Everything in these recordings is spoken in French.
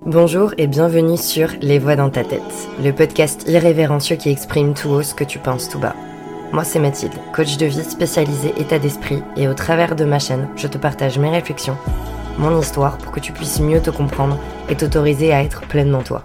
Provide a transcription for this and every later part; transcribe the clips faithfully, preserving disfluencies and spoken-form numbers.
Bonjour et bienvenue sur Les Voix dans ta tête, le podcast irrévérencieux qui exprime tout haut ce que tu penses tout bas. Moi c'est Mathilde, coach de vie spécialisée état d'esprit, et au travers de ma chaîne, je te partage mes réflexions, mon histoire pour que tu puisses mieux te comprendre et t'autoriser à être pleinement toi.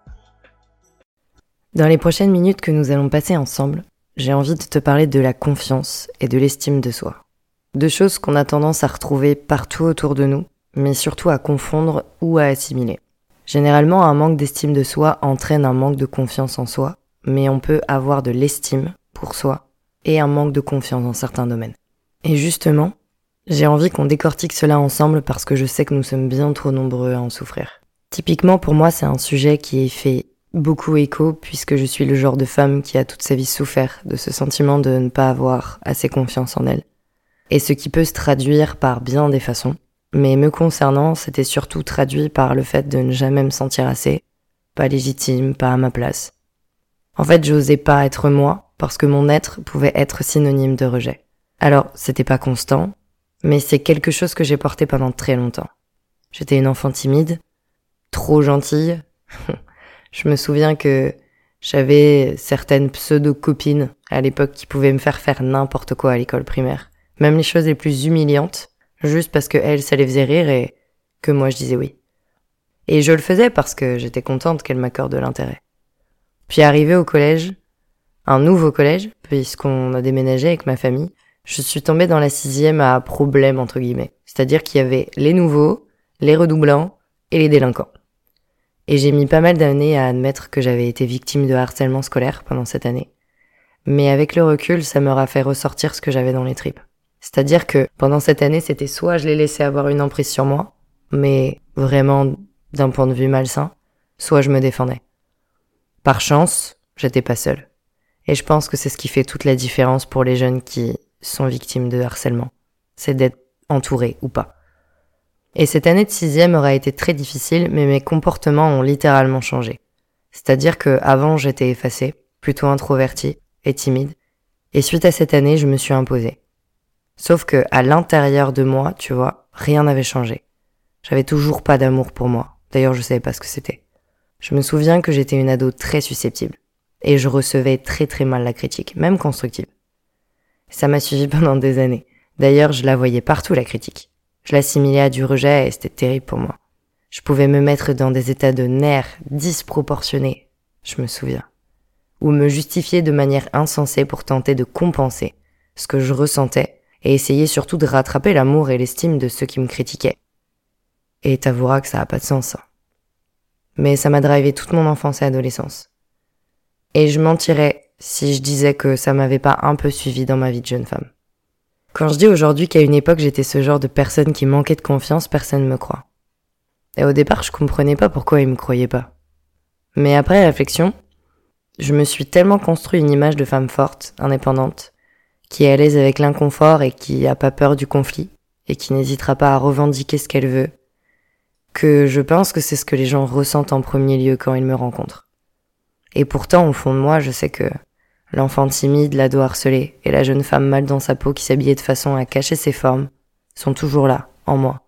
Dans les prochaines minutes que nous allons passer ensemble, j'ai envie de te parler de la confiance et de l'estime de soi. Deux choses qu'on a tendance à retrouver partout autour de nous, mais surtout à confondre ou à assimiler. Généralement, un manque d'estime de soi entraîne un manque de confiance en soi, mais on peut avoir de l'estime pour soi et un manque de confiance dans certains domaines. Et justement, j'ai envie qu'on décortique cela ensemble parce que je sais que nous sommes bien trop nombreux à en souffrir. Typiquement, pour moi, c'est un sujet qui fait beaucoup écho puisque je suis le genre de femme qui a toute sa vie souffert de ce sentiment de ne pas avoir assez confiance en elle. Et ce qui peut se traduire par bien des façons. Mais me concernant, c'était surtout traduit par le fait de ne jamais me sentir assez, pas légitime, pas à ma place. En fait, j'osais pas être moi, parce que mon être pouvait être synonyme de rejet. Alors, c'était pas constant, mais c'est quelque chose que j'ai porté pendant très longtemps. J'étais une enfant timide, trop gentille. Je me souviens que j'avais certaines pseudo-copines à l'époque qui pouvaient me faire faire n'importe quoi à l'école primaire. Même les choses les plus humiliantes, juste parce que elles, ça les faisait rire et que moi je disais oui. Et je le faisais parce que j'étais contente qu'elles m'accordent de l'intérêt. Puis arrivé au collège, un nouveau collège, puisqu'on a déménagé avec ma famille, je suis tombée dans la sixième à problème entre guillemets. C'est-à-dire qu'il y avait les nouveaux, les redoublants et les délinquants. Et j'ai mis pas mal d'années à admettre que j'avais été victime de harcèlement scolaire pendant cette année. Mais avec le recul, ça m'aura fait ressortir ce que j'avais dans les tripes. C'est-à-dire que pendant cette année, c'était soit je les laissais avoir une emprise sur moi, mais vraiment d'un point de vue malsain, soit je me défendais. Par chance, j'étais pas seule. Et je pense que c'est ce qui fait toute la différence pour les jeunes qui sont victimes de harcèlement. C'est d'être entouré ou pas. Et cette année de sixième aura été très difficile, mais mes comportements ont littéralement changé. C'est-à-dire que avant j'étais effacée, plutôt introvertie et timide, et suite à cette année, je me suis imposée. Sauf que à l'intérieur de moi, tu vois, rien n'avait changé. J'avais toujours pas d'amour pour moi. D'ailleurs, je savais pas ce que c'était. Je me souviens que j'étais une ado très susceptible. Et je recevais très très mal la critique, même constructive. Ça m'a suivi pendant des années. D'ailleurs, je la voyais partout, la critique. Je l'assimilais à du rejet et c'était terrible pour moi. Je pouvais me mettre dans des états de nerfs disproportionnés, je me souviens. Ou me justifier de manière insensée pour tenter de compenser ce que je ressentais et essayer surtout de rattraper l'amour et l'estime de ceux qui me critiquaient. Et t'avoueras que ça a pas de sens, ça. Mais ça m'a drivé toute mon enfance et adolescence. Et je mentirais si je disais que ça m'avait pas un peu suivi dans ma vie de jeune femme. Quand je dis aujourd'hui qu'à une époque j'étais ce genre de personne qui manquait de confiance, personne ne me croit. Et au départ, je comprenais pas pourquoi ils me croyaient pas. Mais après réflexion, je me suis tellement construit une image de femme forte, indépendante, qui est à l'aise avec l'inconfort et qui a pas peur du conflit, et qui n'hésitera pas à revendiquer ce qu'elle veut, que je pense que c'est ce que les gens ressentent en premier lieu quand ils me rencontrent. Et pourtant, au fond de moi, je sais que l'enfant timide, l'ado harcelé, et la jeune femme mal dans sa peau qui s'habillait de façon à cacher ses formes, sont toujours là, en moi.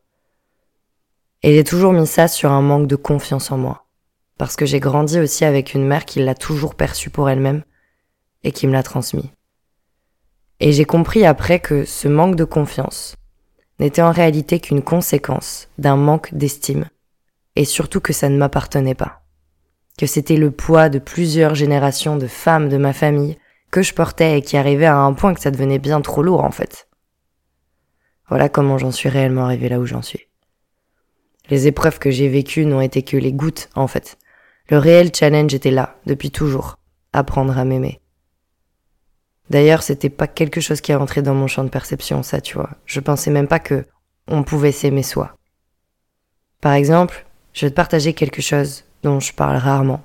Et j'ai toujours mis ça sur un manque de confiance en moi, parce que j'ai grandi aussi avec une mère qui l'a toujours perçu pour elle-même, et qui me l'a transmis. Et j'ai compris après que ce manque de confiance n'était en réalité qu'une conséquence d'un manque d'estime, et surtout que ça ne m'appartenait pas. Que c'était le poids de plusieurs générations de femmes de ma famille que je portais et qui arrivait à un point que ça devenait bien trop lourd en fait. Voilà comment j'en suis réellement arrivée là où j'en suis. Les épreuves que j'ai vécues n'ont été que les gouttes en fait. Le réel challenge était là, depuis toujours, apprendre à m'aimer. D'ailleurs, c'était pas quelque chose qui est rentré dans mon champ de perception, ça, tu vois. Je pensais même pas que on pouvait s'aimer soi. Par exemple, je vais te partager quelque chose dont je parle rarement.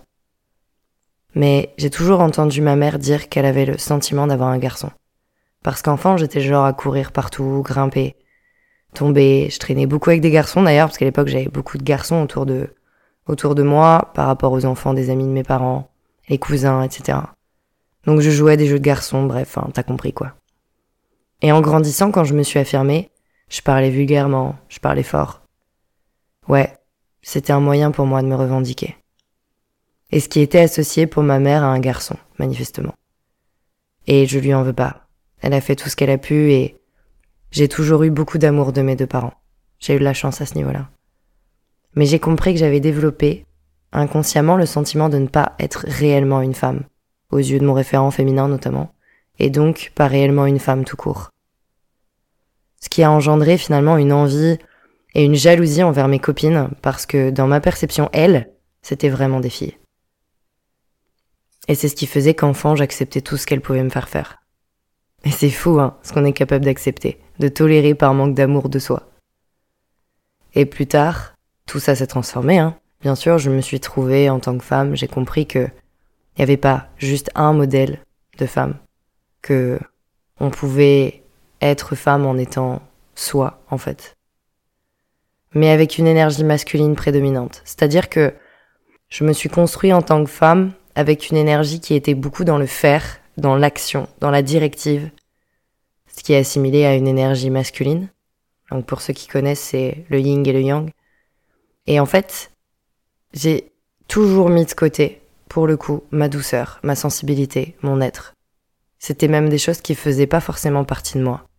Mais j'ai toujours entendu ma mère dire qu'elle avait le sentiment d'avoir un garçon. Parce qu'enfant, j'étais genre à courir partout, grimper, tomber. Je traînais beaucoup avec des garçons d'ailleurs, parce qu'à l'époque, j'avais beaucoup de garçons autour de, autour de moi, par rapport aux enfants des amis de mes parents, les cousins, et cetera. Donc je jouais à des jeux de garçons, bref, hein, t'as compris quoi. Et en grandissant, quand je me suis affirmée, je parlais vulgairement, je parlais fort. Ouais, c'était un moyen pour moi de me revendiquer. Et ce qui était associé pour ma mère à un garçon, manifestement. Et je lui en veux pas. Elle a fait tout ce qu'elle a pu et j'ai toujours eu beaucoup d'amour de mes deux parents. J'ai eu de la chance à ce niveau-là. Mais j'ai compris que j'avais développé, inconsciemment, le sentiment de ne pas être réellement une femme, aux yeux de mon référent féminin notamment, et donc pas réellement une femme tout court. Ce qui a engendré finalement une envie et une jalousie envers mes copines, parce que dans ma perception, elles, c'était vraiment des filles. Et c'est ce qui faisait qu'enfant, j'acceptais tout ce qu'elles pouvaient me faire faire. Et c'est fou, hein, ce qu'on est capable d'accepter, de tolérer par manque d'amour de soi. Et plus tard, tout ça s'est transformé, hein. Bien sûr, je me suis trouvée en tant que femme, j'ai compris que il n'y avait pas juste un modèle de femme, que on pouvait être femme en étant soi, en fait. Mais avec une énergie masculine prédominante. C'est-à-dire que je me suis construite en tant que femme avec une énergie qui était beaucoup dans le faire, dans l'action, dans la directive, ce qui est assimilé à une énergie masculine. Donc pour ceux qui connaissent, c'est le yin et le yang. Et en fait, j'ai toujours mis de côté, pour le coup, ma douceur, ma sensibilité, mon être. C'était même des choses qui faisaient pas forcément partie de moi.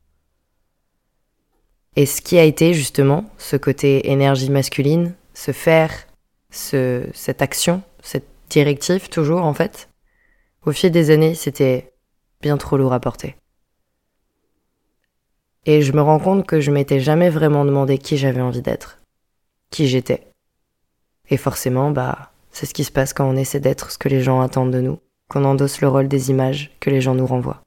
Et ce qui a été justement ce côté énergie masculine, ce faire, ce, cette action, cette directive toujours en fait, au fil des années, c'était bien trop lourd à porter. Et je me rends compte que je m'étais jamais vraiment demandé qui j'avais envie d'être, qui j'étais. Et forcément, bah, c'est ce qui se passe quand on essaie d'être ce que les gens attendent de nous, qu'on endosse le rôle des images que les gens nous renvoient.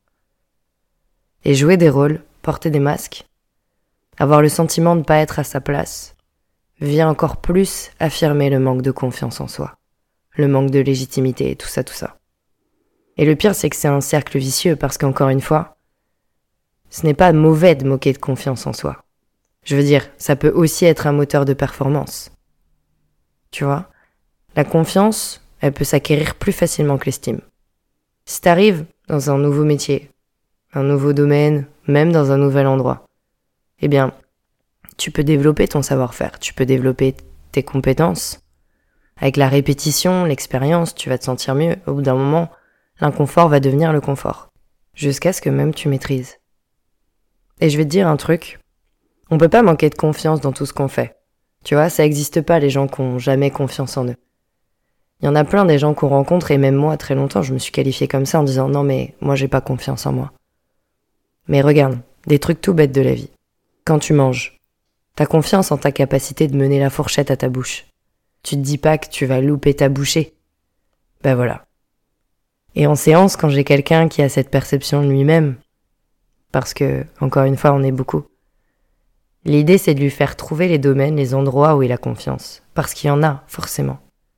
Et jouer des rôles, porter des masques, avoir le sentiment de ne pas être à sa place, vient encore plus affirmer le manque de confiance en soi, le manque de légitimité et tout ça, tout ça. Et le pire, c'est que c'est un cercle vicieux parce qu'encore une fois, ce n'est pas mauvais de moquer de confiance en soi. Je veux dire, ça peut aussi être un moteur de performance. Tu vois, la confiance, elle peut s'acquérir plus facilement que l'estime. Si t'arrives dans un nouveau métier, un nouveau domaine, même dans un nouvel endroit, eh bien, tu peux développer ton savoir-faire, tu peux développer tes compétences. Avec la répétition, l'expérience, tu vas te sentir mieux. Au bout d'un moment, l'inconfort va devenir le confort. Jusqu'à ce que même tu maîtrises. Et je vais te dire un truc, on peut pas manquer de confiance dans tout ce qu'on fait. Tu vois, ça existe pas les gens qui ont jamais confiance en eux. Il y en a plein des gens qu'on rencontre et même moi, très longtemps, je me suis qualifiée comme ça en disant non mais moi j'ai pas confiance en moi. Mais regarde, des trucs tout bêtes de la vie. Quand tu manges, t'as confiance en ta capacité de mener la fourchette à ta bouche. Tu te dis pas que tu vas louper ta bouchée. Ben voilà. Et en séance, quand j'ai quelqu'un qui a cette perception de lui-même, parce que, encore une fois, on est beaucoup, l'idée c'est de lui faire trouver les domaines, les endroits où il a confiance. Parce qu'il y en a, forcément.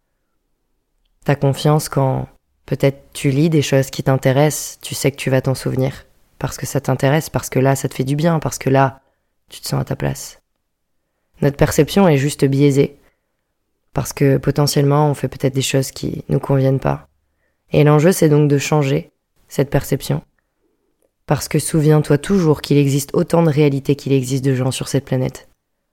T'as confiance quand, peut-être, tu lis des choses qui t'intéressent, tu sais que tu vas t'en souvenir. Parce que ça t'intéresse, parce que là, ça te fait du bien, parce que là, tu te sens à ta place. Notre perception est juste biaisée. Parce que potentiellement, on fait peut-être des choses qui nous conviennent pas. Et l'enjeu, c'est donc de changer cette perception. Parce que souviens-toi toujours qu'il existe autant de réalités qu'il existe de gens sur cette planète.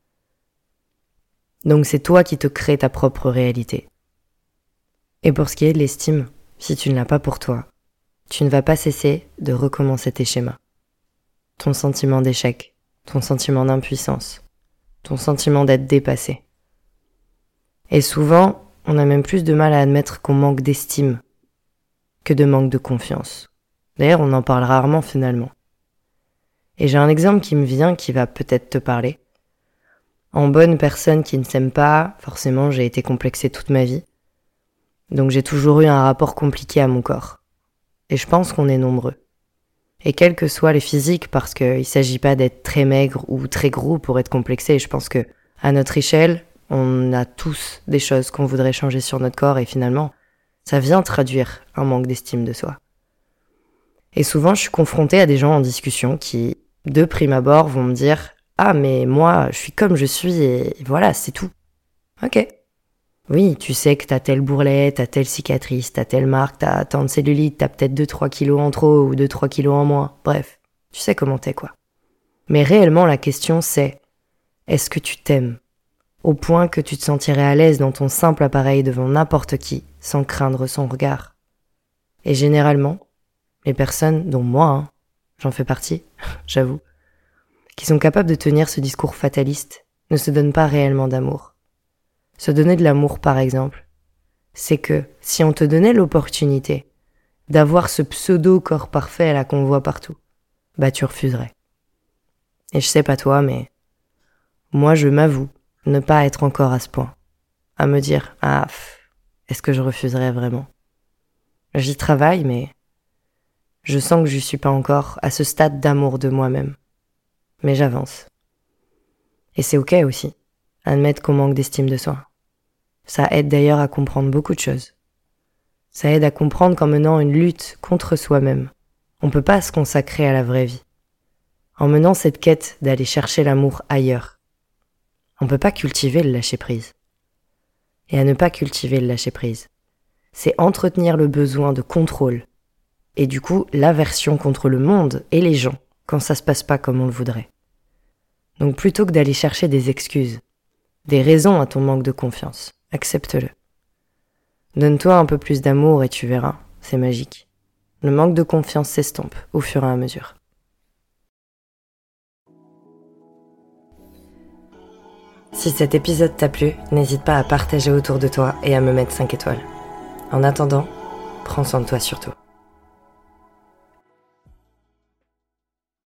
Donc c'est toi qui te crées ta propre réalité. Et pour ce qui est de l'estime, si tu ne l'as pas pour toi, tu ne vas pas cesser de recommencer tes schémas. Ton sentiment d'échec, ton sentiment d'impuissance, ton sentiment d'être dépassé. Et souvent, on a même plus de mal à admettre qu'on manque d'estime que de manque de confiance. D'ailleurs, on en parle rarement finalement. Et j'ai un exemple qui me vient qui va peut-être te parler. En bonne personne qui ne s'aime pas, forcément j'ai été complexée toute ma vie. Donc j'ai toujours eu un rapport compliqué à mon corps. Et je pense qu'on est nombreux. Et quels que soient les physiques, parce qu'il ne s'agit pas d'être très maigre ou très gros pour être complexé, je pense que à notre échelle, on a tous des choses qu'on voudrait changer sur notre corps et finalement, ça vient traduire un manque d'estime de soi. Et souvent, je suis confrontée à des gens en discussion qui, de prime abord, vont me dire « Ah, mais moi, je suis comme je suis et voilà, c'est tout. » Ok. Oui, tu sais que t'as telle bourrelet, t'as telle cicatrice, t'as telle marque, t'as tant de cellulite, t'as peut-être deux trois kilos en trop ou deux trois kilos en moins. Bref, tu sais comment t'es, quoi. Mais réellement, la question c'est, est-ce que tu t'aimes ? au point que tu te sentirais à l'aise dans ton simple appareil devant n'importe qui, sans craindre son regard. Et généralement, les personnes, dont moi, hein, j'en fais partie, j'avoue, qui sont capables de tenir ce discours fataliste, ne se donnent pas réellement d'amour. Se donner de l'amour, par exemple, c'est que si on te donnait l'opportunité d'avoir ce pseudo-corps parfait là qu'on voit partout, bah tu refuserais. Et je sais pas toi, mais moi je m'avoue ne pas être encore à ce point, à me dire « Ah, pff, est-ce que je refuserais vraiment ?» J'y travaille, mais je sens que je suis pas encore à ce stade d'amour de moi-même. Mais j'avance. Et c'est ok aussi, admettre qu'on manque d'estime de soi. Ça aide d'ailleurs à comprendre beaucoup de choses. Ça aide à comprendre qu'en menant une lutte contre soi-même, on peut pas se consacrer à la vraie vie. En menant cette quête d'aller chercher l'amour ailleurs, on peut pas cultiver le lâcher-prise. Et à ne pas cultiver le lâcher-prise, c'est entretenir le besoin de contrôle, et du coup l'aversion contre le monde et les gens quand ça se passe pas comme on le voudrait. Donc plutôt que d'aller chercher des excuses, des raisons à ton manque de confiance, accepte-le. Donne-toi un peu plus d'amour et tu verras, c'est magique. Le manque de confiance s'estompe au fur et à mesure. Si cet épisode t'a plu, n'hésite pas à partager autour de toi et à me mettre cinq étoiles. En attendant, prends soin de toi surtout.